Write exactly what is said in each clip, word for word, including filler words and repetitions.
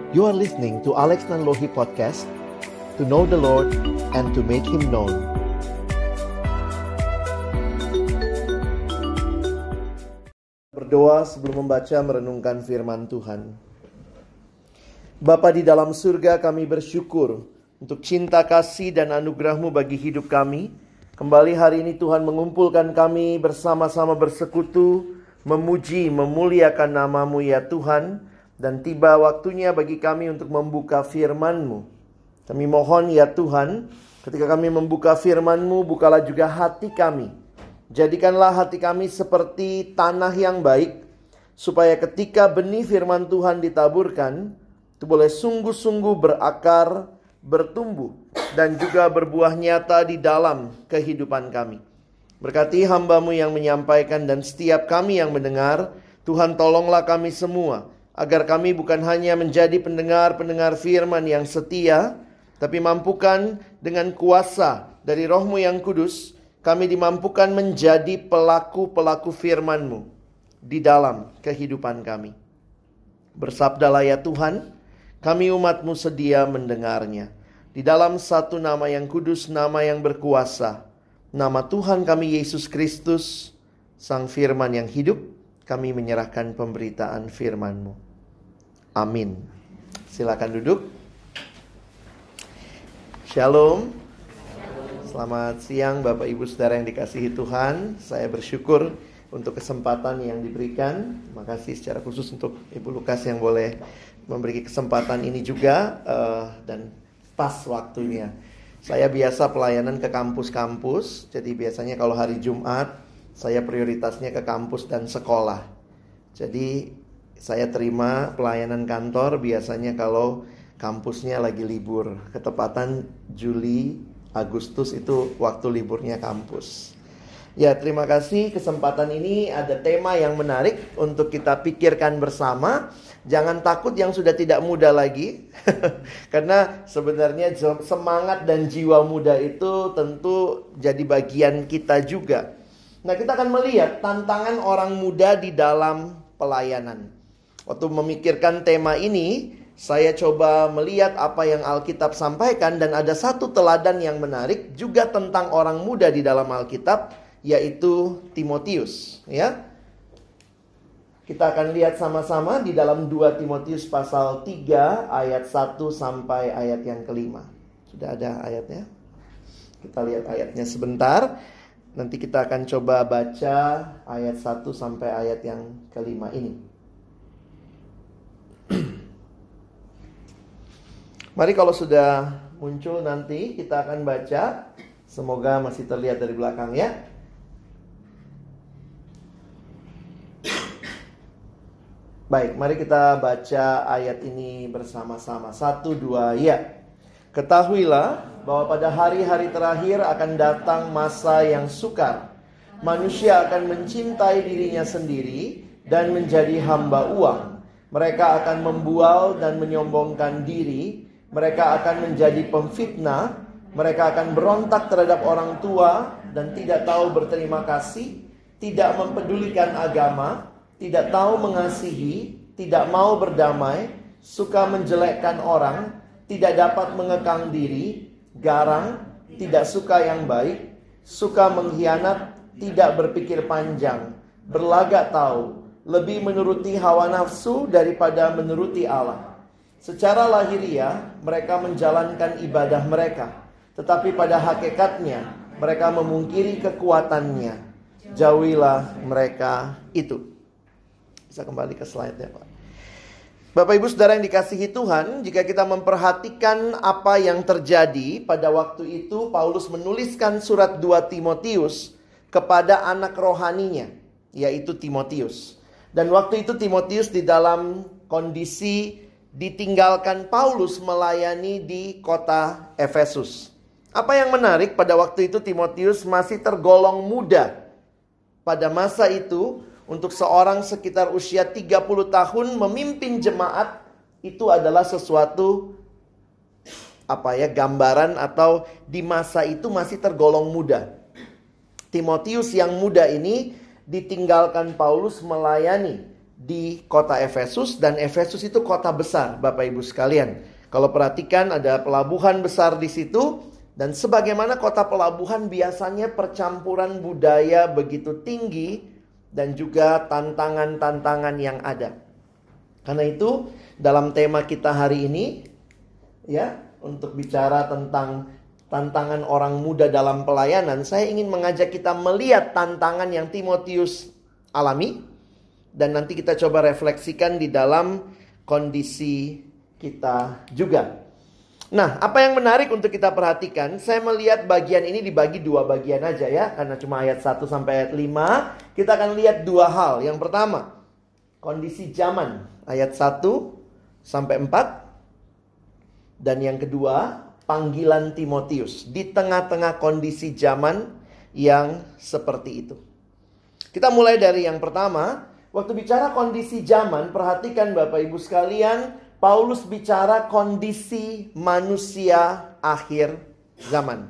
You are listening to Alex Nanlohi Podcast, to know the Lord and to make Him known. Berdoa sebelum membaca merenungkan firman Tuhan. Bapa di dalam surga, kami bersyukur untuk cinta kasih dan anugerah-Mu bagi hidup kami. Kembali hari ini Tuhan mengumpulkan kami bersama-sama bersekutu, memuji, memuliakan nama-Mu ya Tuhan. Dan tiba waktunya bagi kami untuk membuka firman-Mu. Kami mohon ya Tuhan, ketika kami membuka firman-Mu, bukalah juga hati kami. Jadikanlah hati kami seperti tanah yang baik, supaya ketika benih firman Tuhan ditaburkan, itu boleh sungguh-sungguh berakar, bertumbuh, dan juga berbuah nyata di dalam kehidupan kami. Berkati hamba-Mu yang menyampaikan dan setiap kami yang mendengar. Tuhan, tolonglah kami semua, agar kami bukan hanya menjadi pendengar-pendengar firman yang setia, tapi mampukan dengan kuasa dari Roh-Mu yang kudus, kami dimampukan menjadi pelaku-pelaku firman-Mu di dalam kehidupan kami. Bersabdalah ya Tuhan, kami umat-Mu sedia mendengarnya. Di dalam satu nama yang kudus, nama yang berkuasa, nama Tuhan kami Yesus Kristus, Sang Firman yang hidup, kami menyerahkan pemberitaan firman-Mu. Amin. Silakan duduk. Shalom. Selamat siang Bapak Ibu Saudara yang dikasihi Tuhan. Saya bersyukur untuk kesempatan yang diberikan. Terima kasih secara khusus untuk Ibu Lukas yang boleh memberi kesempatan ini juga, uh, dan pas waktunya. Saya biasa pelayanan ke kampus-kampus. Jadi biasanya kalau hari Jumat saya prioritasnya ke kampus dan sekolah. Jadi saya terima pelayanan kantor biasanya kalau kampusnya lagi libur. Ketepatan Juli, Agustus itu waktu liburnya kampus. Ya, terima kasih. Kesempatan ini ada tema yang menarik untuk kita pikirkan bersama. Jangan takut yang sudah tidak muda lagi. Karena sebenarnya semangat dan jiwa muda itu tentu jadi bagian kita juga. Nah, kita akan melihat tantangan orang muda di dalam pelayanan. Waktu memikirkan tema ini, saya coba melihat apa yang Alkitab sampaikan, dan ada satu teladan yang menarik juga tentang orang muda di dalam Alkitab, yaitu Timotius, ya. Kita akan lihat sama-sama di dalam dua Timotius pasal tiga ayat satu sampai ayat yang kelima. Sudah ada ayatnya? Kita lihat ayatnya sebentar. Nanti kita akan coba baca ayat satu sampai ayat yang kelima ini. Mari kalau sudah muncul nanti kita akan baca. Semoga masih terlihat dari belakang ya. Baik, mari kita baca ayat ini bersama-sama. Satu, dua, ya. Ketahuilah bahwa pada hari-hari terakhir akan datang masa yang sukar. Manusia akan mencintai dirinya sendiri dan menjadi hamba uang. Mereka akan membual dan menyombongkan diri. Mereka akan menjadi pemfitnah. Mereka akan berontak terhadap orang tua dan tidak tahu berterima kasih, tidak mempedulikan agama, tidak tahu mengasihi, tidak mau berdamai, suka menjelekkan orang, tidak dapat mengekang diri, garang, tidak suka yang baik, suka mengkhianat, tidak berpikir panjang, berlagak tahu, lebih menuruti hawa nafsu daripada menuruti Allah. Secara lahiriah mereka menjalankan ibadah mereka, tetapi pada hakikatnya mereka memungkiri kekuatannya. Jauhilah mereka itu. Bisa kembali ke slide-nya, Pak. Bapak Ibu Saudara yang dikasihi Tuhan, jika kita memperhatikan apa yang terjadi pada waktu itu, Paulus menuliskan surat dua Timotius kepada anak rohaninya, yaitu Timotius. Dan waktu itu Timotius di dalam kondisi ditinggalkan Paulus melayani di kota Efesus. Apa yang menarik, pada waktu itu Timotius masih tergolong muda. Pada masa itu, untuk seorang sekitar usia tiga puluh tahun memimpin jemaat, itu adalah sesuatu apa ya, gambaran atau di masa itu masih tergolong muda. Timotius yang muda ini ditinggalkan Paulus melayani di kota Efesus, dan Efesus itu kota besar, Bapak Ibu sekalian. Kalau perhatikan ada pelabuhan besar di situ, dan sebagaimana kota pelabuhan biasanya percampuran budaya begitu tinggi dan juga tantangan-tantangan yang ada. Karena itu dalam tema kita hari ini ya, untuk bicara tentang tantangan orang muda dalam pelayanan, saya ingin mengajak kita melihat tantangan yang Timotius alami, dan nanti kita coba refleksikan di dalam kondisi kita juga. Nah, apa yang menarik untuk kita perhatikan, saya melihat bagian ini dibagi dua bagian aja ya, karena cuma ayat satu sampai ayat lima. Kita akan lihat dua hal. Yang pertama, kondisi zaman, ayat satu sampai empat. Dan yang kedua, panggilan Timotius di tengah-tengah kondisi zaman yang seperti itu. Kita mulai dari yang pertama. Waktu bicara kondisi zaman, perhatikan Bapak Ibu sekalian, Paulus bicara kondisi manusia akhir zaman.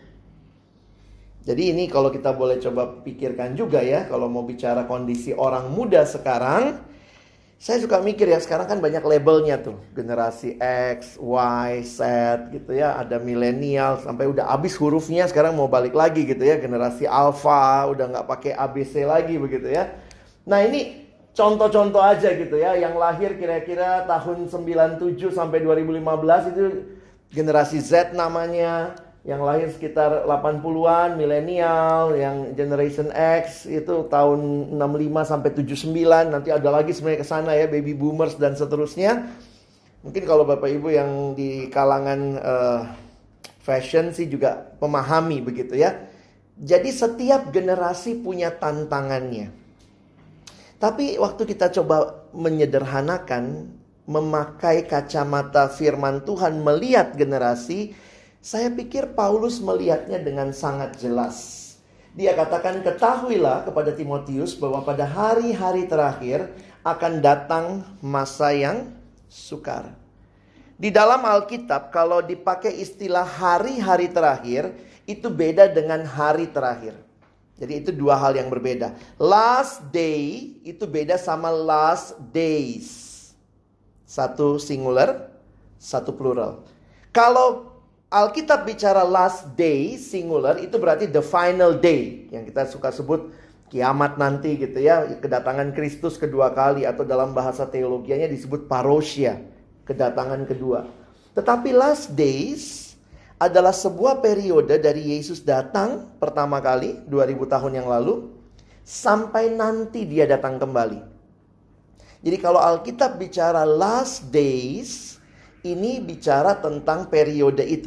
Jadi ini kalau kita boleh coba pikirkan juga ya, kalau mau bicara kondisi orang muda sekarang, saya suka mikir ya, sekarang kan banyak labelnya tuh, generasi X, Y, Z gitu ya, ada milenial, sampai udah habis hurufnya, sekarang mau balik lagi gitu ya, generasi Alpha, udah nggak pakai A B C lagi begitu ya. Nah ini contoh-contoh aja gitu ya, yang lahir kira-kira tahun sembilan puluh tujuh sampai dua ribu lima belas itu generasi Z namanya. Yang lahir sekitar delapan puluhan, milenial. Yang generation X itu tahun enam puluh lima sampai tujuh puluh sembilan. Nanti ada lagi sebenarnya ke sana ya, baby boomers dan seterusnya. Mungkin kalau Bapak Ibu yang di kalangan uh, fashion sih juga memahami begitu ya. Jadi setiap generasi punya tantangannya. Tapi waktu kita coba menyederhanakan, memakai kacamata firman Tuhan melihat generasi, saya pikir Paulus melihatnya dengan sangat jelas. Dia katakan, ketahuilah kepada Timotius bahwa pada hari-hari terakhir akan datang masa yang sukar. Di dalam Alkitab kalau dipakai istilah hari-hari terakhir, itu beda dengan hari terakhir. Jadi itu dua hal yang berbeda. Last day itu beda sama last days. Satu singular, satu plural. Kalau Alkitab bicara last day singular, itu berarti the final day, yang kita suka sebut kiamat nanti gitu ya, kedatangan Kristus kedua kali, atau dalam bahasa teologianya disebut parousia, kedatangan kedua. Tetapi last days adalah sebuah periode dari Yesus datang pertama kali dua ribu tahun yang lalu sampai nanti dia datang kembali. Jadi kalau Alkitab bicara last days, ini bicara tentang periode itu.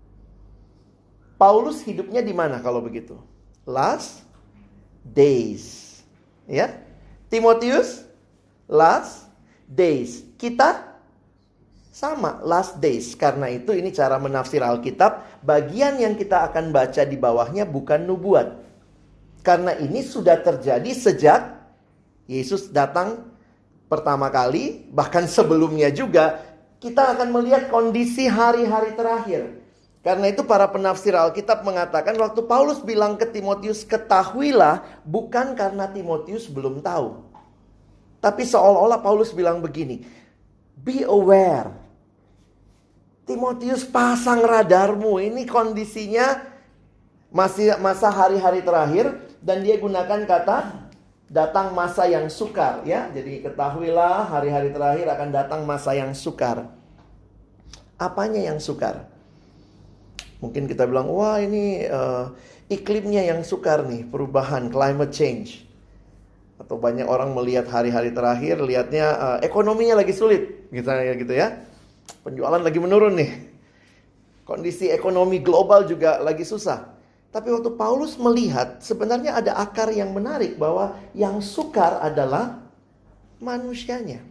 Paulus hidupnya di mana kalau begitu? Last days. Ya. Timotius last days. Kita sama, last days. Karena itu ini cara menafsir Alkitab. Bagian yang kita akan baca di bawahnya bukan nubuat. Karena ini sudah terjadi sejak Yesus datang pertama kali. Bahkan sebelumnya juga. Kita akan melihat kondisi hari-hari terakhir. Karena itu para penafsir Alkitab mengatakan waktu Paulus bilang ke Timotius, ketahuilah, bukan karena Timotius belum tahu. Tapi seolah-olah Paulus bilang begini, be aware. Timotius, pasang radarmu. Ini kondisinya masih masa hari-hari terakhir. Dan dia gunakan kata datang masa yang sukar ya. Jadi ketahuilah hari-hari terakhir akan datang masa yang sukar. Apanya yang sukar? Mungkin kita bilang, wah ini uh, iklimnya yang sukar nih, perubahan, climate change. Atau banyak orang melihat hari-hari terakhir, lihatnya uh, ekonominya lagi sulit, misalnya gitu ya. Penjualan lagi menurun nih. Kondisi ekonomi global juga lagi susah. Tapi waktu Paulus melihat, sebenarnya ada akar yang menarik bahwa yang sukar adalah manusianya.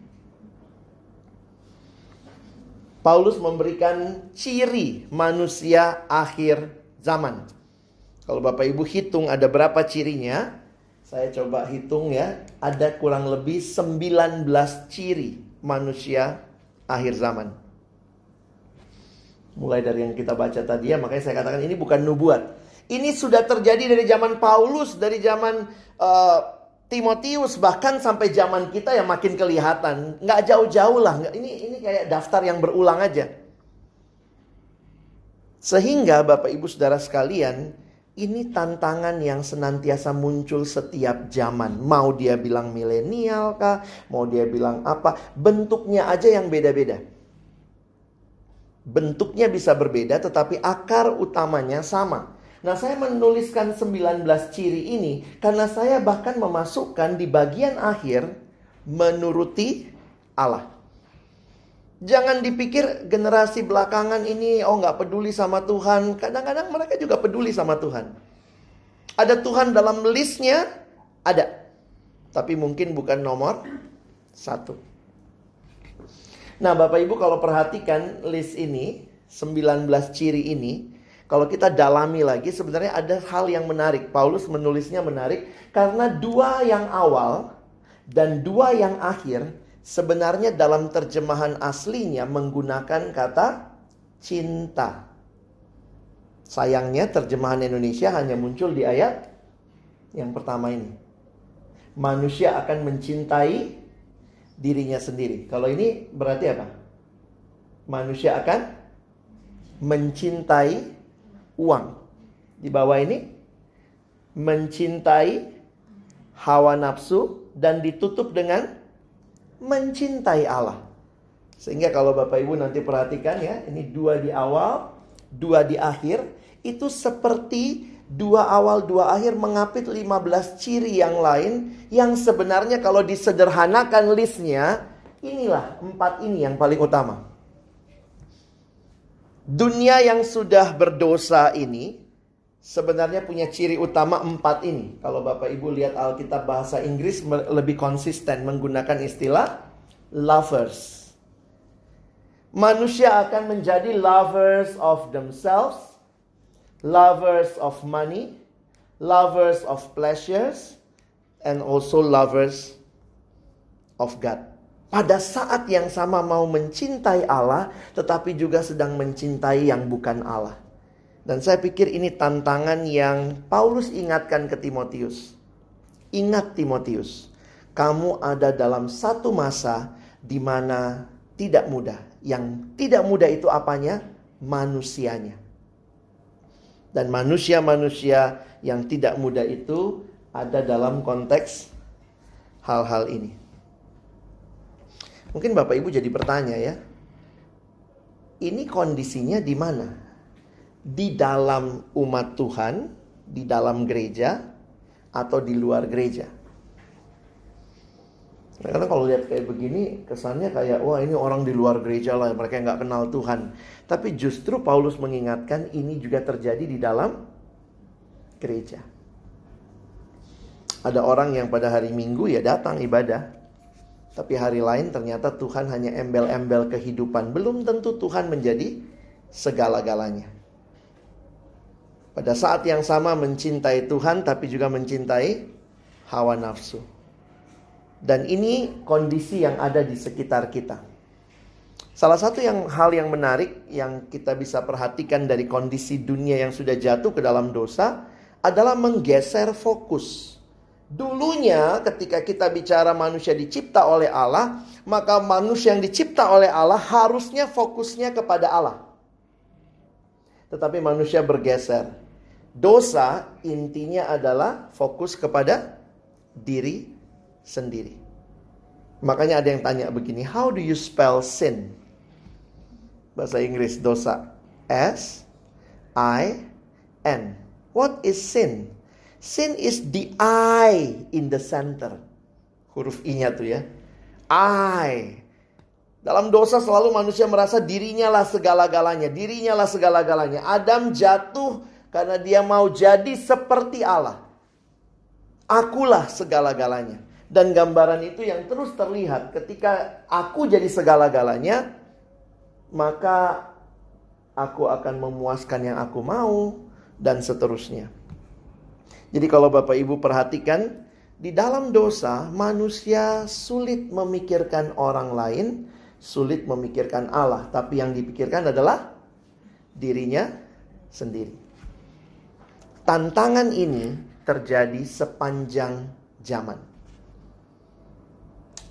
Paulus memberikan ciri manusia akhir zaman. Kalau Bapak Ibu hitung ada berapa cirinya, saya coba hitung ya. Ada kurang lebih sembilan belas ciri manusia akhir zaman. Mulai dari yang kita baca tadi ya, makanya saya katakan ini bukan nubuat. Ini sudah terjadi dari zaman Paulus, dari zaman uh, Timotius, bahkan sampai zaman kita yang makin kelihatan. Nggak jauh-jauh lah. Nggak, ini, ini kayak daftar yang berulang aja. Sehingga Bapak Ibu Saudara sekalian, ini tantangan yang senantiasa muncul setiap zaman. Mau dia bilang milenial kah? Mau dia bilang apa? Bentuknya aja yang beda-beda. Bentuknya bisa berbeda, tetapi akar utamanya sama. Nah, saya menuliskan sembilan belas ciri ini karena saya bahkan memasukkan di bagian akhir menuruti Allah. Jangan dipikir generasi belakangan ini oh nggak peduli sama Tuhan. Kadang-kadang mereka juga peduli sama Tuhan. Ada Tuhan dalam listnya, ada. Tapi mungkin bukan nomor satu. Nah, Bapak Ibu kalau perhatikan list ini, sembilan belas ciri ini, kalau kita dalami lagi, sebenarnya ada hal yang menarik. Paulus menulisnya menarik karena dua yang awal dan dua yang akhir sebenarnya dalam terjemahan aslinya menggunakan kata cinta. Sayangnya terjemahan Indonesia hanya muncul di ayat yang pertama ini. Manusia akan mencintai dirinya sendiri. Kalau ini berarti apa? Manusia akan mencintai uang. Di bawah ini mencintai hawa nafsu dan ditutup dengan mencintai Allah. Sehingga kalau Bapak Ibu nanti perhatikan ya, ini dua di awal, dua di akhir, itu seperti dua awal, dua akhir mengapit lima belas ciri yang lain yang sebenarnya kalau disederhanakan listnya, inilah empat ini yang paling utama. Dunia yang sudah berdosa ini sebenarnya punya ciri utama empat ini. Kalau Bapak Ibu lihat Alkitab bahasa Inggris lebih konsisten menggunakan istilah lovers. Manusia akan menjadi lovers of themselves, lovers of money, lovers of pleasures, and also lovers of God. Pada saat yang sama mau mencintai Allah, tetapi juga sedang mencintai yang bukan Allah. Dan saya pikir ini tantangan yang Paulus ingatkan ke Timotius. Ingat Timotius, kamu ada dalam satu masa di mana tidak mudah. Yang tidak mudah itu apanya? Manusianya. Dan manusia-manusia yang tidak mudah itu ada dalam konteks hal-hal ini. Mungkin Bapak Ibu jadi bertanya ya, ini kondisinya di mana? Di dalam umat Tuhan, di dalam gereja, atau di luar gereja? Karena kalau lihat kayak begini, kesannya kayak, wah ini orang di luar gereja lah, mereka nggak kenal Tuhan. Tapi justru Paulus mengingatkan ini juga terjadi di dalam gereja. Ada orang yang pada hari Minggu ya datang ibadah. Tapi hari lain ternyata Tuhan hanya embel-embel kehidupan. Belum tentu Tuhan menjadi segala-galanya. Pada saat yang sama mencintai Tuhan tapi juga mencintai hawa nafsu. Dan ini kondisi yang ada di sekitar kita. Salah satu yang hal yang menarik yang kita bisa perhatikan dari kondisi dunia yang sudah jatuh ke dalam dosa adalah menggeser fokus. Dulunya ketika kita bicara manusia dicipta oleh Allah, maka manusia yang dicipta oleh Allah harusnya fokusnya kepada Allah. Tetapi manusia bergeser. Dosa intinya adalah fokus kepada diri sendiri. Makanya ada yang tanya begini, how do you spell sin? Bahasa Inggris dosa. S I N. What is sin? Sin is the I in the center. Huruf I-nya tuh ya. I. Dalam dosa selalu manusia merasa dirinya lah segala-galanya. Dirinya lah segala-galanya. Adam jatuh karena dia mau jadi seperti Allah. Akulah segala-galanya. Dan gambaran itu yang terus terlihat. Ketika aku jadi segala-galanya, maka aku akan memuaskan yang aku mau. Dan seterusnya. Jadi kalau Bapak Ibu perhatikan, di dalam dosa manusia sulit memikirkan orang lain, sulit memikirkan Allah. Tapi yang dipikirkan adalah dirinya sendiri. Tantangan ini terjadi sepanjang zaman.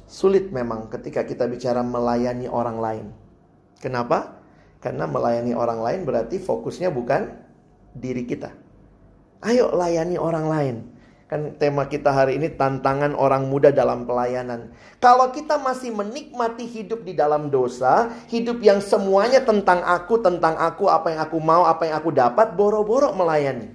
Sulit memang ketika kita bicara melayani orang lain. Kenapa? Karena melayani orang lain berarti fokusnya bukan diri kita. Ayo layani orang lain. Kan tema kita hari ini tantangan orang muda dalam pelayanan. Kalau kita masih menikmati hidup di dalam dosa, hidup yang semuanya tentang aku, tentang aku, apa yang aku mau, apa yang aku dapat, boro-boro melayani.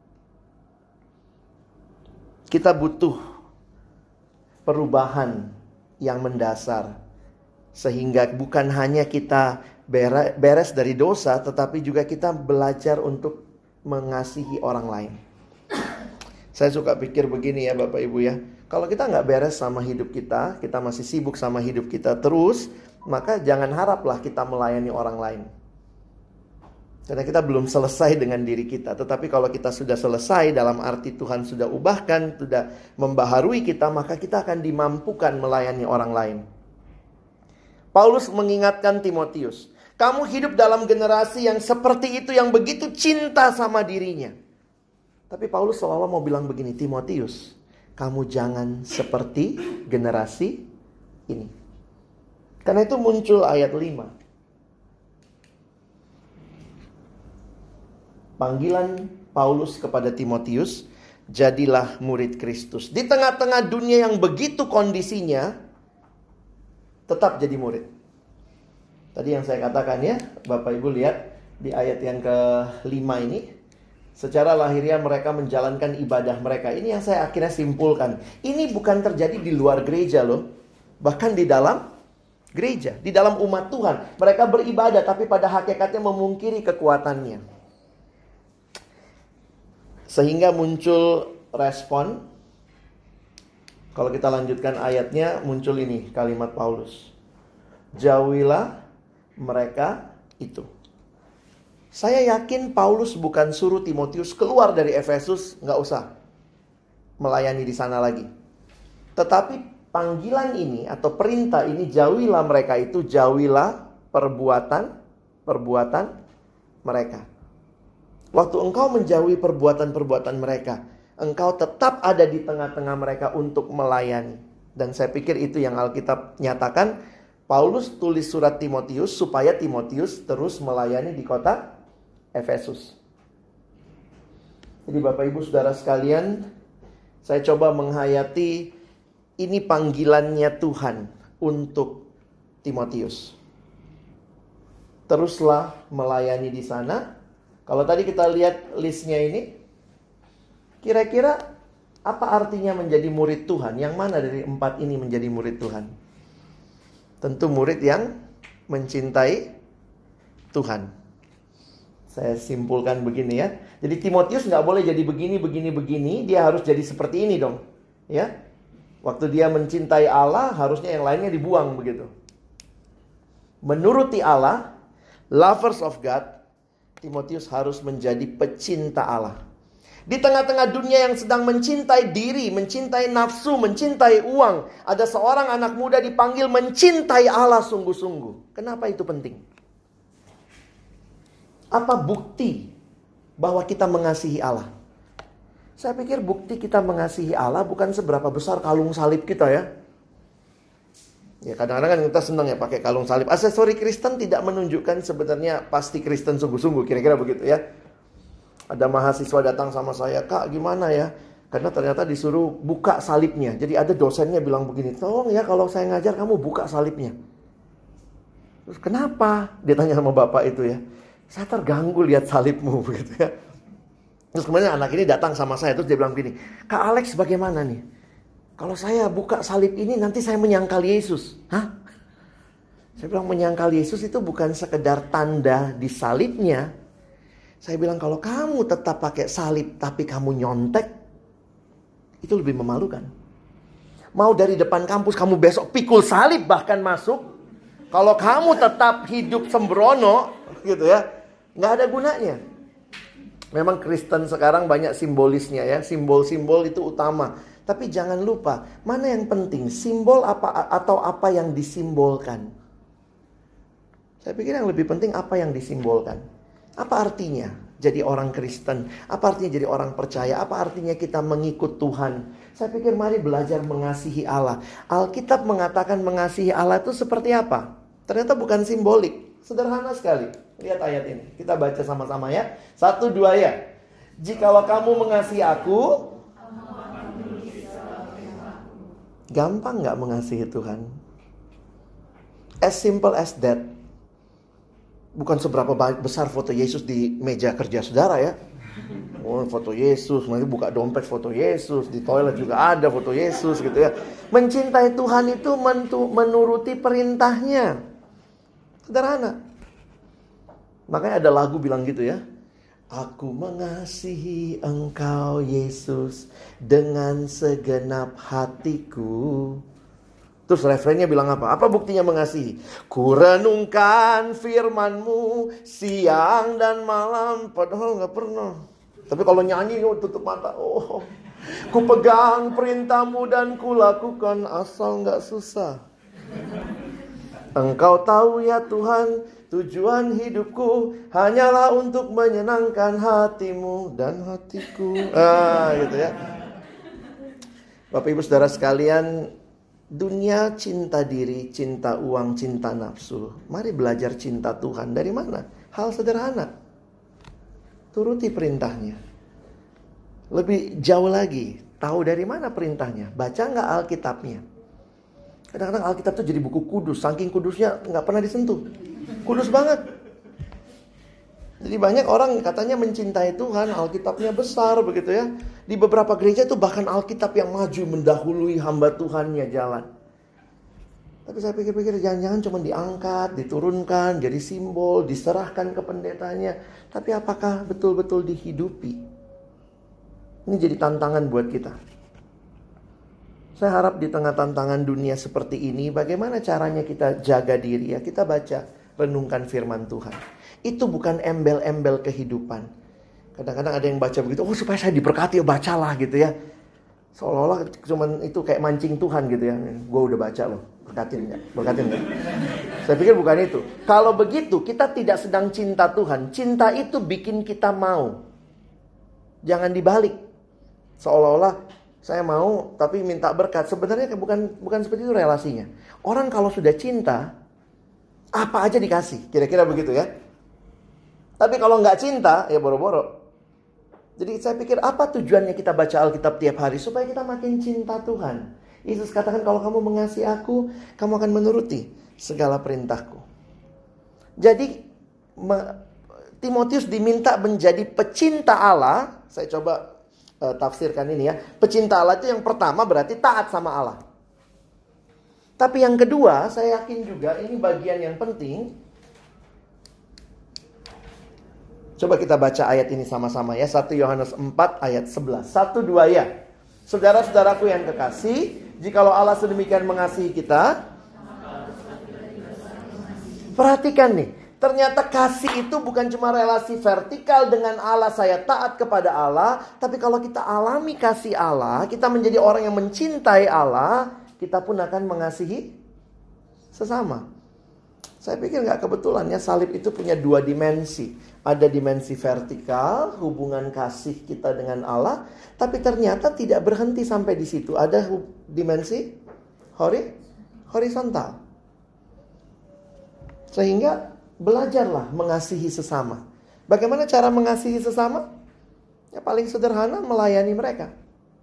Kita butuh perubahan yang mendasar. Sehingga bukan hanya kita beres dari dosa, tetapi juga kita belajar untuk mengasihi orang lain. Saya suka pikir begini ya Bapak Ibu ya. Kalau kita nggak beres sama hidup kita, kita masih sibuk sama hidup kita terus, maka jangan haraplah kita melayani orang lain. Karena kita belum selesai dengan diri kita. Tetapi kalau kita sudah selesai, dalam arti Tuhan sudah ubahkan, sudah membaharui kita, maka kita akan dimampukan melayani orang lain. Paulus mengingatkan Timotius, kamu hidup dalam generasi yang seperti itu, yang begitu cinta sama dirinya. Tapi Paulus seolah-olah mau bilang begini, Timotius, kamu jangan seperti generasi ini. Karena itu muncul ayat lima. Panggilan Paulus kepada Timotius, jadilah murid Kristus. Di tengah-tengah dunia yang begitu kondisinya, tetap jadi murid. Tadi yang saya katakan ya, Bapak Ibu lihat di ayat yang kelima ini. Secara lahiriah mereka menjalankan ibadah mereka. Ini yang saya akhirnya simpulkan. Ini bukan terjadi di luar gereja loh. Bahkan di dalam gereja, di dalam umat Tuhan. Mereka beribadah tapi pada hakikatnya memungkiri kekuatannya. Sehingga muncul respon. Kalau kita lanjutkan ayatnya, muncul ini kalimat Paulus. Jauhilah mereka itu. Saya yakin Paulus bukan suruh Timotius keluar dari Efesus, nggak usah melayani di sana lagi. Tetapi panggilan ini atau perintah ini, jauhilah mereka itu, jauhilah perbuatan perbuatan mereka. Waktu engkau menjauhi perbuatan-perbuatan mereka, engkau tetap ada di tengah-tengah mereka untuk melayani. Dan saya pikir itu yang Alkitab nyatakan. Paulus tulis surat Timotius supaya Timotius terus melayani di kota Efesus. Jadi Bapak Ibu Saudara sekalian, saya coba menghayati ini panggilannya Tuhan untuk Timotius. Teruslah melayani di sana. Kalau tadi kita lihat listnya ini, kira-kira apa artinya menjadi murid Tuhan? Yang mana dari empat ini menjadi murid Tuhan? Tentu murid yang mencintai Tuhan. Saya simpulkan begini ya. Jadi Timotius nggak boleh jadi begini, begini, begini. Dia harus jadi seperti ini dong. Ya. Waktu dia mencintai Allah, harusnya yang lainnya dibuang begitu. Menuruti Allah, lovers of God, Timotius harus menjadi pecinta Allah. Di tengah-tengah dunia yang sedang mencintai diri, mencintai nafsu, mencintai uang, ada seorang anak muda dipanggil mencintai Allah sungguh-sungguh. Kenapa itu penting? Apa bukti bahwa kita mengasihi Allah? Saya pikir bukti kita mengasihi Allah bukan seberapa besar kalung salib kita ya. Ya kadang-kadang kan kita senang ya pakai kalung salib. Aksesori Kristen tidak menunjukkan sebenarnya pasti Kristen sungguh-sungguh, kira-kira begitu ya. Ada mahasiswa datang sama saya, Kak gimana ya? Karena ternyata disuruh buka salibnya. Jadi ada dosennya bilang begini, tolong ya kalau saya ngajar kamu buka salibnya. Terus kenapa? Dia tanya sama bapak itu ya. Saya terganggu lihat salibmu begitu ya. Terus kemudian anak ini datang sama saya, terus dia bilang begini, Kak Alex bagaimana nih? Kalau saya buka salib ini nanti saya menyangkal Yesus. Hah? Saya bilang menyangkal Yesus itu bukan sekedar tanda di salibnya. Saya bilang kalau kamu tetap pakai salib tapi kamu nyontek, itu lebih memalukan. Mau dari depan kampus kamu besok pikul salib bahkan masuk. Kalau kamu tetap hidup sembrono gitu ya, nggak ada gunanya. Memang Kristen sekarang banyak simbolisnya ya, simbol-simbol itu utama. Tapi jangan lupa, mana yang penting, simbol apa atau apa yang disimbolkan. Saya pikir yang lebih penting apa yang disimbolkan. Apa artinya jadi orang Kristen? Apa artinya jadi orang percaya? Apa artinya kita mengikut Tuhan? Saya pikir mari belajar mengasihi Allah. Alkitab mengatakan mengasihi Allah itu seperti apa? Ternyata bukan simbolik. Sederhana sekali. Lihat ayat ini. Kita baca sama-sama ya. Satu, dua ya. Jikalau kamu mengasihi aku, gampang gak mengasihi Tuhan? As simple as that. Bukan seberapa besar foto Yesus di meja kerja saudara ya. Oh, foto Yesus, nanti buka dompet foto Yesus, di toilet juga ada foto Yesus gitu ya. Mencintai Tuhan itu menuruti perintahnya. Sederhana. Makanya ada lagu bilang gitu ya. Aku mengasihi Engkau Yesus dengan segenap hatiku. Terus refrennya bilang apa? Apa buktinya mengasihi? Ku renungkan firman-Mu siang dan malam. Padahal gak pernah. Tapi kalau nyanyi tutup mata. Oh, ku pegang perintah-Mu dan ku lakukan asal gak susah. Engkau tahu ya Tuhan, tujuan hidupku hanyalah untuk menyenangkan hati-Mu dan hatiku. Ah, gitu ya. Bapak Ibu Saudara sekalian, dunia cinta diri, cinta uang, cinta nafsu. Mari belajar cinta Tuhan. Dari mana? Hal sederhana. Turuti perintahnya. Lebih jauh lagi, tahu dari mana perintahnya? Baca nggak Alkitabnya? Kadang-kadang Alkitab itu jadi buku kudus. Saking kudusnya nggak pernah disentuh. Kudus banget. Jadi banyak orang katanya mencintai Tuhan, Alkitabnya besar begitu ya. Di beberapa gereja itu bahkan Alkitab yang maju mendahului hamba Tuhannya jalan. Tapi saya pikir-pikir jangan-jangan cuma diangkat, diturunkan, jadi simbol, diserahkan ke pendetanya. Tapi apakah betul-betul dihidupi? Ini jadi tantangan buat kita. Saya harap di tengah tantangan dunia seperti ini, bagaimana caranya kita jaga diri ya? Kita baca, renungkan firman Tuhan. Itu bukan embel-embel kehidupan. Kadang-kadang ada yang baca begitu, oh supaya saya diberkati, ya bacalah gitu ya. Seolah-olah cuman itu kayak mancing Tuhan gitu ya. Gue udah baca loh, berkatin gak? Berkatin gak? Saya pikir bukan itu. Kalau begitu, kita tidak sedang cinta Tuhan. Cinta itu bikin kita mau. Jangan dibalik. Seolah-olah saya mau tapi minta berkat. Sebenarnya bukan bukan seperti itu relasinya. Orang kalau sudah cinta, apa aja dikasih. Kira-kira begitu ya. Tapi kalau nggak cinta, ya boro-boro. Jadi saya pikir apa tujuannya kita baca Alkitab tiap hari? Supaya kita makin cinta Tuhan. Yesus katakan kalau kamu mengasihi aku, kamu akan menuruti segala perintahku. Jadi Timotius diminta menjadi pecinta Allah. Saya coba uh, tafsirkan ini ya. Pecinta Allah itu yang pertama berarti taat sama Allah. Tapi yang kedua, saya yakin juga ini bagian yang penting. Coba kita baca ayat ini sama-sama ya. satu Yohanes empat ayat sebelas. satu dua ya. Saudara-saudaraku yang kekasih, jikalau Allah sedemikian mengasihi kita. Perhatikan nih. Ternyata kasih itu bukan cuma relasi vertikal dengan Allah, saya taat kepada Allah. Tapi kalau kita alami kasih Allah, kita menjadi orang yang mencintai Allah, kita pun akan mengasihi sesama. Saya pikir gak kebetulan ya, salib itu punya dua dimensi. Ada dimensi vertikal, hubungan kasih kita dengan Allah. Tapi ternyata tidak berhenti sampai di situ. Ada dimensi hori, horizontal. Sehingga belajarlah mengasihi sesama. Bagaimana cara mengasihi sesama? Ya paling sederhana, melayani mereka.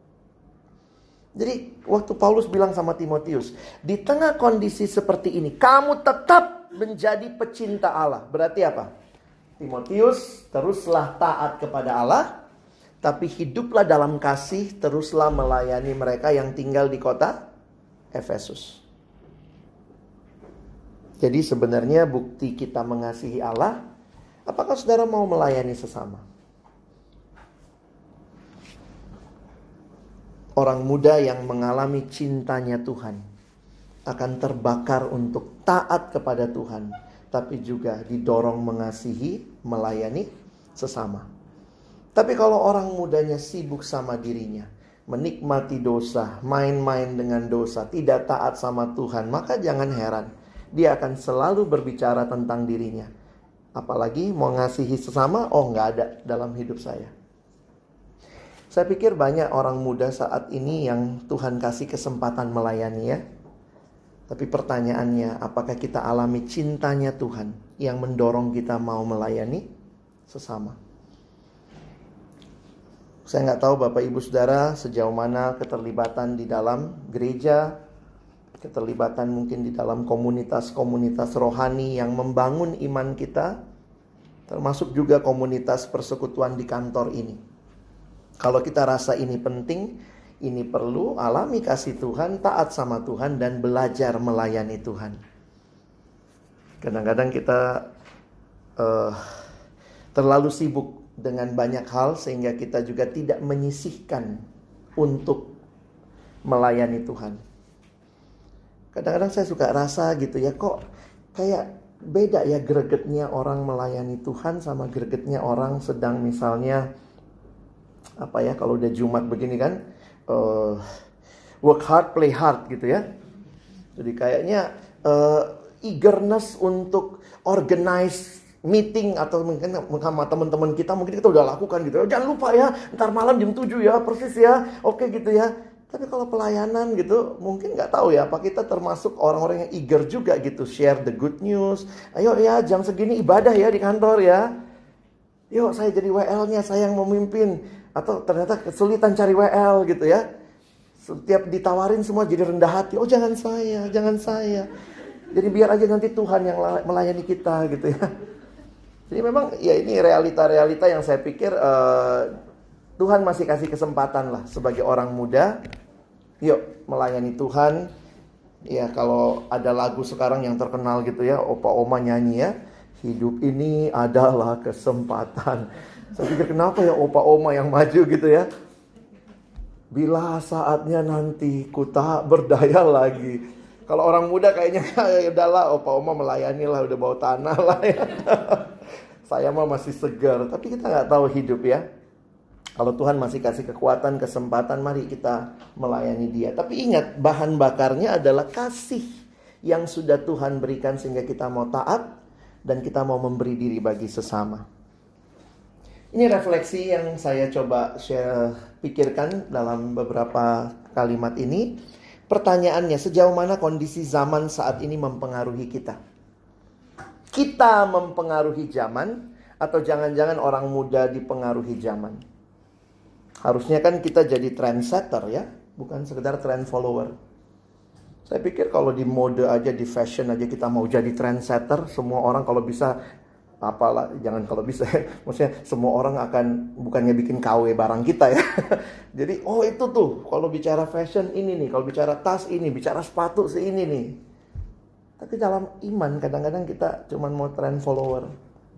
Jadi waktu Paulus bilang sama Timotius, di tengah kondisi seperti ini, kamu tetap menjadi pecinta Allah. Berarti apa? Timotius, teruslah taat kepada Allah, tapi hiduplah dalam kasih, teruslah melayani mereka yang tinggal di kota Efesus. Jadi sebenarnya bukti kita mengasihi Allah, apakah saudara mau melayani sesama? Orang muda yang mengalami cintanya Tuhan akan terbakar untuk taat kepada Tuhan, tapi juga didorong mengasihi, melayani sesama. Tapi kalau orang mudanya sibuk sama dirinya, menikmati dosa, main-main dengan dosa, tidak taat sama Tuhan, maka jangan heran dia akan selalu berbicara tentang dirinya. Apalagi mau ngasihi sesama, oh nggak ada dalam hidup saya. Saya pikir banyak orang muda saat ini yang Tuhan kasih kesempatan melayani ya. Tapi pertanyaannya, apakah kita alami cintanya Tuhan yang mendorong kita mau melayani sesama? Saya nggak tahu Bapak Ibu Saudara sejauh mana keterlibatan di dalam gereja, keterlibatan mungkin di dalam komunitas-komunitas rohani yang membangun iman kita, termasuk juga komunitas persekutuan di kantor ini. Kalau kita rasa ini penting, ini perlu, alami kasih Tuhan, taat sama Tuhan, dan belajar melayani Tuhan. Kadang-kadang kita uh, terlalu sibuk dengan banyak hal sehingga kita juga tidak menyisihkan untuk melayani Tuhan. Kadang-kadang saya suka rasa gitu ya, kok kayak beda ya gregetnya orang melayani Tuhan sama gregetnya orang sedang misalnya apa ya, kalau udah Jumat begini kan, uh, work hard, play hard gitu ya. Jadi kayaknya uh, eagerness untuk organize meeting atau mungkin sama teman-teman kita mungkin kita udah lakukan gitu. Jangan lupa ya, ntar malam jam tujuh ya, persis ya. Oke gitu ya. Tapi kalau pelayanan gitu, mungkin nggak tahu ya, apa kita termasuk orang-orang yang eager juga gitu, share the good news. Ayo ya, jam segini ibadah ya di kantor ya. Yuk saya jadi W L-nya, saya yang memimpin. Atau ternyata kesulitan cari W L gitu ya. Setiap ditawarin semua jadi rendah hati. Oh jangan saya, jangan saya. Jadi biar aja nanti Tuhan yang melayani kita gitu ya. Jadi memang ya ini realita-realita yang saya pikir uh, Tuhan masih kasih kesempatan lah sebagai orang muda. Yuk melayani Tuhan. Ya kalau ada lagu sekarang yang terkenal gitu ya, Opa Oma nyanyi ya, hidup ini adalah kesempatan. Saya pikir kenapa ya Opa Oma yang maju gitu ya. Bila saatnya nanti ku tak berdaya lagi. Kalau orang muda kayaknya ya udahlah Opa Oma melayani lah, udah bawa tanah lah ya. Saya mah masih segar, tapi kita nggak tahu hidup ya. Kalau Tuhan masih kasih kekuatan, kesempatan, mari kita melayani Dia. Tapi ingat, bahan bakarnya adalah kasih yang sudah Tuhan berikan sehingga kita mau taat dan kita mau memberi diri bagi sesama. Ini refleksi yang saya coba share, pikirkan dalam beberapa kalimat ini. Pertanyaannya, sejauh mana kondisi zaman saat ini mempengaruhi kita? Kita mempengaruhi zaman, atau jangan-jangan orang muda dipengaruhi zaman? Harusnya kan kita jadi trendsetter ya, bukan sekedar trend follower. Saya pikir kalau di mode aja, di fashion aja kita mau jadi trendsetter, semua orang kalau bisa, apalah, jangan kalau bisa ya, maksudnya semua orang akan bukannya bikin K W barang kita ya. Jadi oh itu tuh kalau bicara fashion ini nih, kalau bicara tas ini, bicara sepatu ini nih. Tapi dalam iman kadang-kadang kita cuma mau trend follower.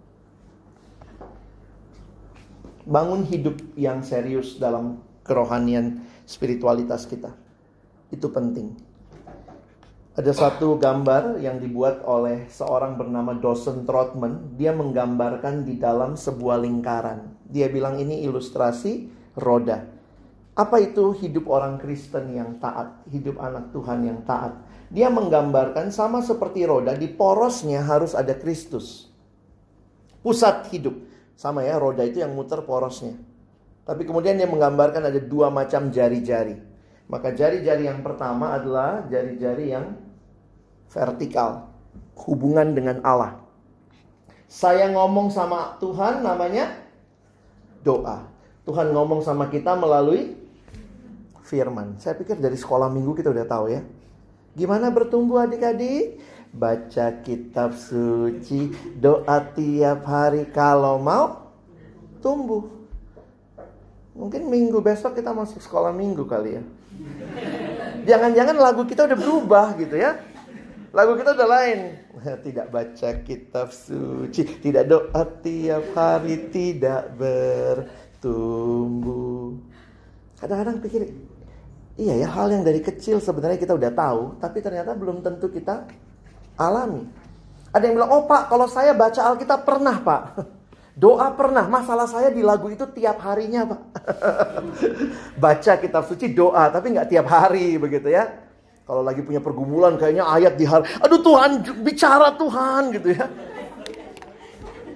Bangun hidup yang serius dalam kerohanian spiritualitas kita. Itu penting. Ada satu gambar yang dibuat oleh seorang bernama Dawson Trotman. Dia menggambarkan di dalam sebuah lingkaran. Dia bilang ini ilustrasi roda. Apa itu hidup orang Kristen yang taat? Hidup anak Tuhan yang taat? Dia menggambarkan sama seperti roda, di porosnya harus ada Kristus. Pusat hidup. Sama ya, roda itu yang muter porosnya. Tapi kemudian dia menggambarkan ada dua macam jari-jari. Maka jari-jari yang pertama adalah jari-jari yang vertikal, hubungan dengan Allah. Saya ngomong sama Tuhan namanya doa. Tuhan ngomong sama kita melalui firman. Saya pikir dari sekolah minggu kita udah tahu ya. Gimana bertumbuh adik-adik? Baca kitab suci, doa tiap hari kalau mau tumbuh. Mungkin minggu besok kita masuk sekolah minggu kali ya. Jangan-jangan lagu kita udah berubah gitu ya. Lagu kita udah lain. Tidak baca kitab suci, tidak doa tiap hari, tidak bertumbuh. Kadang-kadang pikir, iya ya, hal yang dari kecil sebenarnya kita udah tahu, tapi ternyata belum tentu kita alami. Ada yang bilang, oh Pak, kalau saya baca Alkitab pernah Pak. Doa pernah, masalah saya di lagu itu tiap harinya Pak. Baca kitab suci doa, tapi gak tiap hari begitu ya. Kalau lagi punya pergumulan kayaknya ayat di hari, aduh Tuhan bicara Tuhan gitu ya.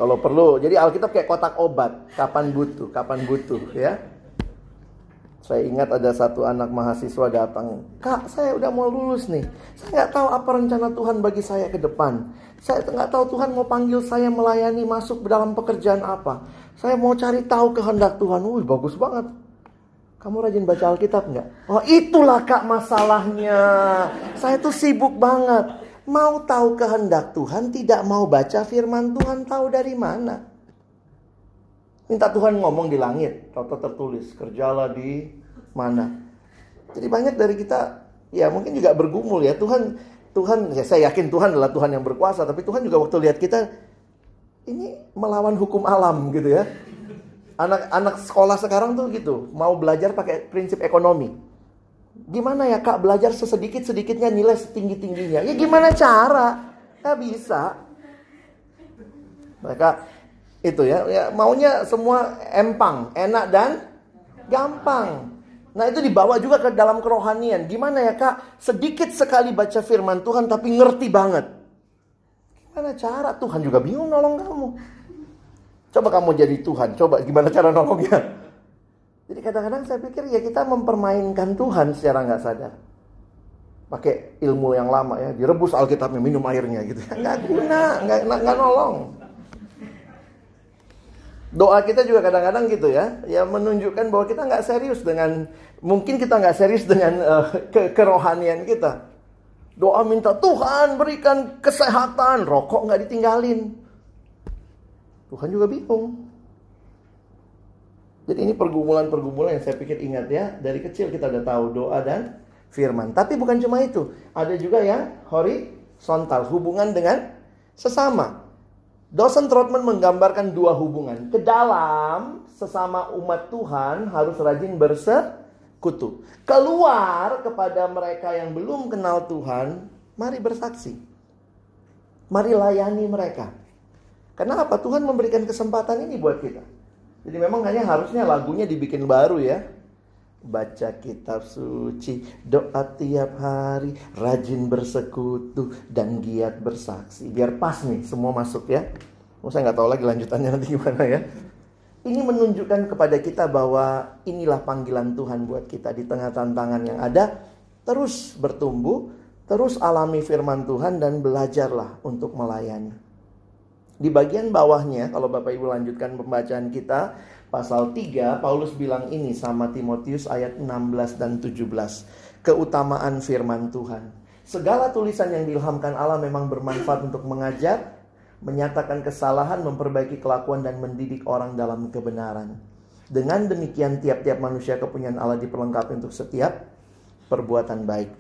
Kalau perlu, jadi Alkitab kayak kotak obat. Kapan butuh, kapan butuh ya. Saya ingat ada satu anak mahasiswa datang. Kak, saya udah mau lulus nih. Saya nggak tahu apa rencana Tuhan bagi saya ke depan. Saya nggak tahu Tuhan mau panggil saya melayani masuk dalam pekerjaan apa. Saya mau cari tahu kehendak Tuhan. Wih, bagus banget. Kamu rajin baca Alkitab nggak? Oh, itulah Kak masalahnya. Saya tuh sibuk banget. Mau tahu kehendak Tuhan, tidak mau baca firman Tuhan, tahu dari mana? Minta Tuhan ngomong di langit, tahu tertulis, kerjalah di mana. Jadi banyak dari kita, ya mungkin juga bergumul ya. Tuhan, Tuhan, ya saya yakin Tuhan adalah Tuhan yang berkuasa. Tapi Tuhan juga waktu lihat kita, ini melawan hukum alam gitu ya. Anak-anak sekolah sekarang tuh gitu, mau belajar pakai prinsip ekonomi. Gimana ya Kak belajar sesedikit-sedikitnya nilai setinggi-tingginya? Ya gimana cara? Gak bisa. Mereka itu ya, ya maunya semua empang, enak dan gampang. Nah itu dibawa juga ke dalam kerohanian. Gimana ya Kak? Sedikit sekali baca firman Tuhan tapi ngerti banget. Gimana cara? Tuhan juga bingung nolong kamu. Coba kamu jadi Tuhan, coba gimana cara nolongnya? Jadi kadang-kadang saya pikir ya kita mempermainkan Tuhan secara nggak sadar. Pakai ilmu yang lama ya, direbus Alkitabnya, minum airnya gitu. Nggak guna, nggak, nggak nolong. Doa kita juga kadang-kadang gitu ya, ya menunjukkan bahwa kita nggak serius dengan, mungkin kita nggak serius dengan uh, ke kerohanian kita. Doa minta Tuhan berikan kesehatan, rokok nggak ditinggalin. Tuhan juga bingung. Jadi ini pergumulan-pergumulan yang saya pikir ingat ya. Dari kecil kita udah tahu doa dan firman. Tapi bukan cuma itu. Ada juga yang horizontal. Hubungan dengan sesama. Dosen Trotman menggambarkan dua hubungan. Ke dalam sesama umat Tuhan harus rajin bersekutu. Keluar kepada mereka yang belum kenal Tuhan. Mari bersaksi. Mari layani mereka. Kenapa? Tuhan memberikan kesempatan ini buat kita. Jadi memang hanya harusnya lagunya dibikin baru ya. Baca kitab suci, doa tiap hari, rajin bersekutu, dan giat bersaksi. Biar pas nih, semua masuk ya. Oh, saya nggak tahu lagi lanjutannya nanti gimana ya. Ini menunjukkan kepada kita bahwa inilah panggilan Tuhan buat kita. Di tengah tantangan yang ada, terus bertumbuh, terus alami firman Tuhan, dan belajarlah untuk melayani. Di bagian bawahnya, kalau Bapak Ibu lanjutkan pembacaan kita, pasal tiga, Paulus bilang ini sama Timotius ayat enam belas dan tujuh belas. Keutamaan firman Tuhan. Segala tulisan yang diilhamkan Allah memang bermanfaat untuk mengajar, menyatakan kesalahan, memperbaiki kelakuan, dan mendidik orang dalam kebenaran. Dengan demikian tiap-tiap manusia kepunyaan Allah diperlengkapi untuk setiap perbuatan baik.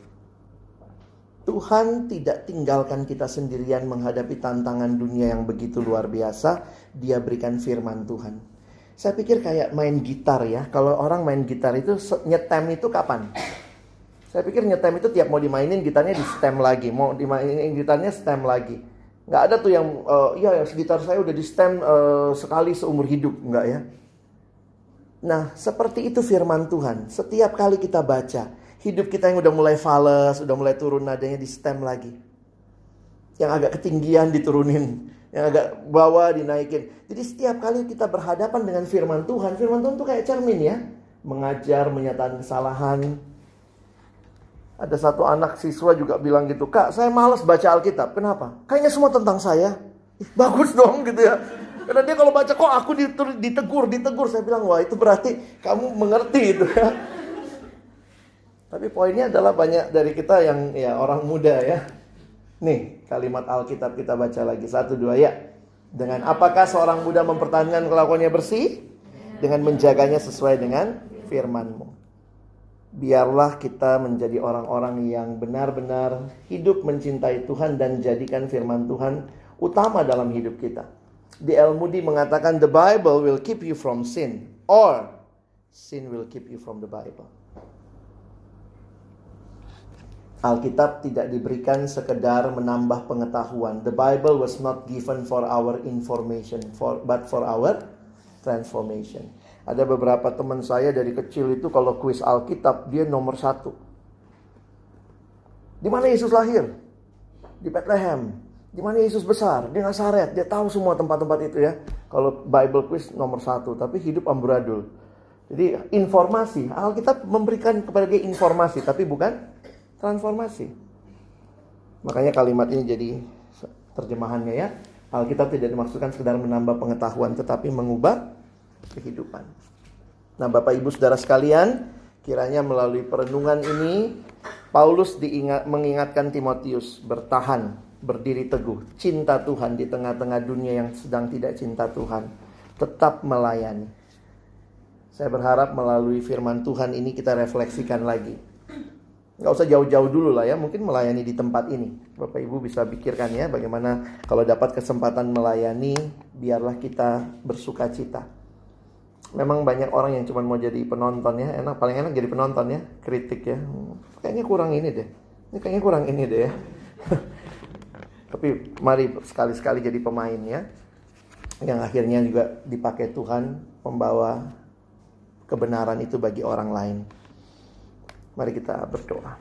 Tuhan tidak tinggalkan kita sendirian menghadapi tantangan dunia yang begitu luar biasa. Dia berikan firman Tuhan. Saya pikir kayak main gitar ya. Kalau orang main gitar itu nyetem itu kapan? Saya pikir nyetem itu tiap mau dimainin gitarnya di stem lagi. Mau dimainin gitarnya stem lagi. Nggak ada tuh yang, uh, ya gitar saya udah di stem uh, sekali seumur hidup. Nggak ya. Nah seperti itu firman Tuhan. Setiap kali kita baca, hidup kita yang udah mulai fales, udah mulai turun nadanya di stem lagi. Yang agak ketinggian diturunin, yang agak bawah dinaikin. Jadi setiap kali kita berhadapan dengan firman Tuhan, firman Tuhan tuh kayak cermin ya. Mengajar, menyatakan kesalahan. Ada satu anak siswa juga bilang gitu, Kak saya malas baca Alkitab. Kenapa? Kayaknya semua tentang saya. Ih, bagus dong gitu ya. Karena dia kalau baca kok aku ditegur, ditegur. Saya bilang wah itu berarti kamu mengerti itu ya. Tapi poinnya adalah banyak dari kita yang ya orang muda ya. Nih kalimat Alkitab kita baca lagi. Satu dua ya. Dengan apakah seorang muda mempertahankan kelakuannya bersih? Dengan menjaganya sesuai dengan firman-Mu. Biarlah kita menjadi orang-orang yang benar-benar hidup mencintai Tuhan dan jadikan firman Tuhan utama dalam hidup kita. D L Moody mengatakan the Bible will keep you from sin or sin will keep you from the Bible. Alkitab tidak diberikan sekedar menambah pengetahuan. The Bible was not given for our information, for, but for our transformation. Ada beberapa teman saya dari kecil itu kalau kuis Alkitab dia nomor satu. Di mana Yesus lahir? Di Bethlehem. Di mana Yesus besar? Di Nazaret. Dia tahu semua tempat-tempat itu ya. Kalau Bible quiz nomor satu, tapi hidup amburadul. Jadi informasi, Alkitab memberikan kepada dia informasi, tapi bukan transformasi. Makanya kalimat ini jadi terjemahannya ya. Alkitab tidak dimaksudkan sekedar menambah pengetahuan, tetapi mengubah kehidupan. Nah, Bapak Ibu Saudara sekalian, kiranya melalui perenungan ini Paulus diingat, mengingatkan Timotius bertahan, berdiri teguh, cinta Tuhan di tengah-tengah dunia yang sedang tidak cinta Tuhan, tetap melayani. Saya berharap melalui firman Tuhan ini kita refleksikan lagi. Nggak usah jauh-jauh dulu lah ya, mungkin melayani di tempat ini. Bapak Ibu bisa pikirkan ya, bagaimana kalau dapat kesempatan melayani, biarlah kita bersuka cita. Memang banyak orang yang cuma mau jadi penonton ya, enak, paling enak jadi penonton ya, kritik ya. Kayaknya kurang ini deh, ini kayaknya kurang ini deh ya. Tapi mari sekali-sekali jadi pemain ya, yang akhirnya juga dipakai Tuhan membawa kebenaran itu bagi orang lain. Mari kita berdoa.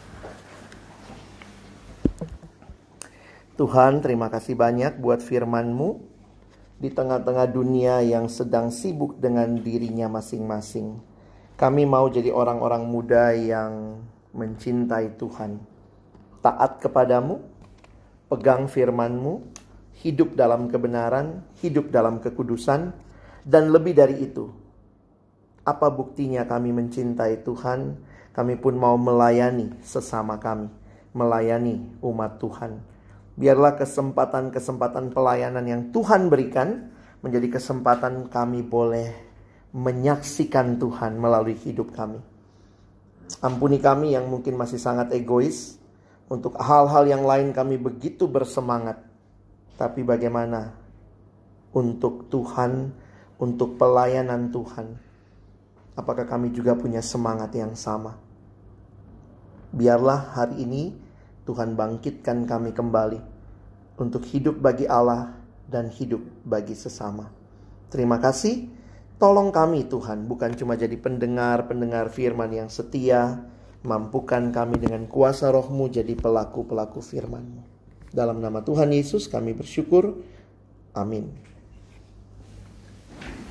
Tuhan, terima kasih banyak buat firman-Mu di tengah-tengah dunia yang sedang sibuk dengan dirinya masing-masing. Kami mau jadi orang-orang muda yang mencintai Tuhan, taat kepadamu, pegang firman-Mu, hidup dalam kebenaran, hidup dalam kekudusan, dan lebih dari itu, apa buktinya kami mencintai Tuhan? Kami pun mau melayani sesama kami, melayani umat Tuhan. Biarlah kesempatan-kesempatan pelayanan yang Tuhan berikan menjadi kesempatan kami boleh menyaksikan Tuhan melalui hidup kami. Ampuni kami yang mungkin masih sangat egois. Untuk hal-hal yang lain kami begitu bersemangat. Tapi bagaimana untuk Tuhan, untuk pelayanan Tuhan? Apakah kami juga punya semangat yang sama? Biarlah hari ini Tuhan bangkitkan kami kembali untuk hidup bagi Allah dan hidup bagi sesama. Terima kasih. Tolong kami Tuhan, bukan cuma jadi pendengar-pendengar firman yang setia. Mampukan kami dengan kuasa Roh-Mu jadi pelaku-pelaku firman-Mu. Dalam nama Tuhan Yesus kami bersyukur. Amin.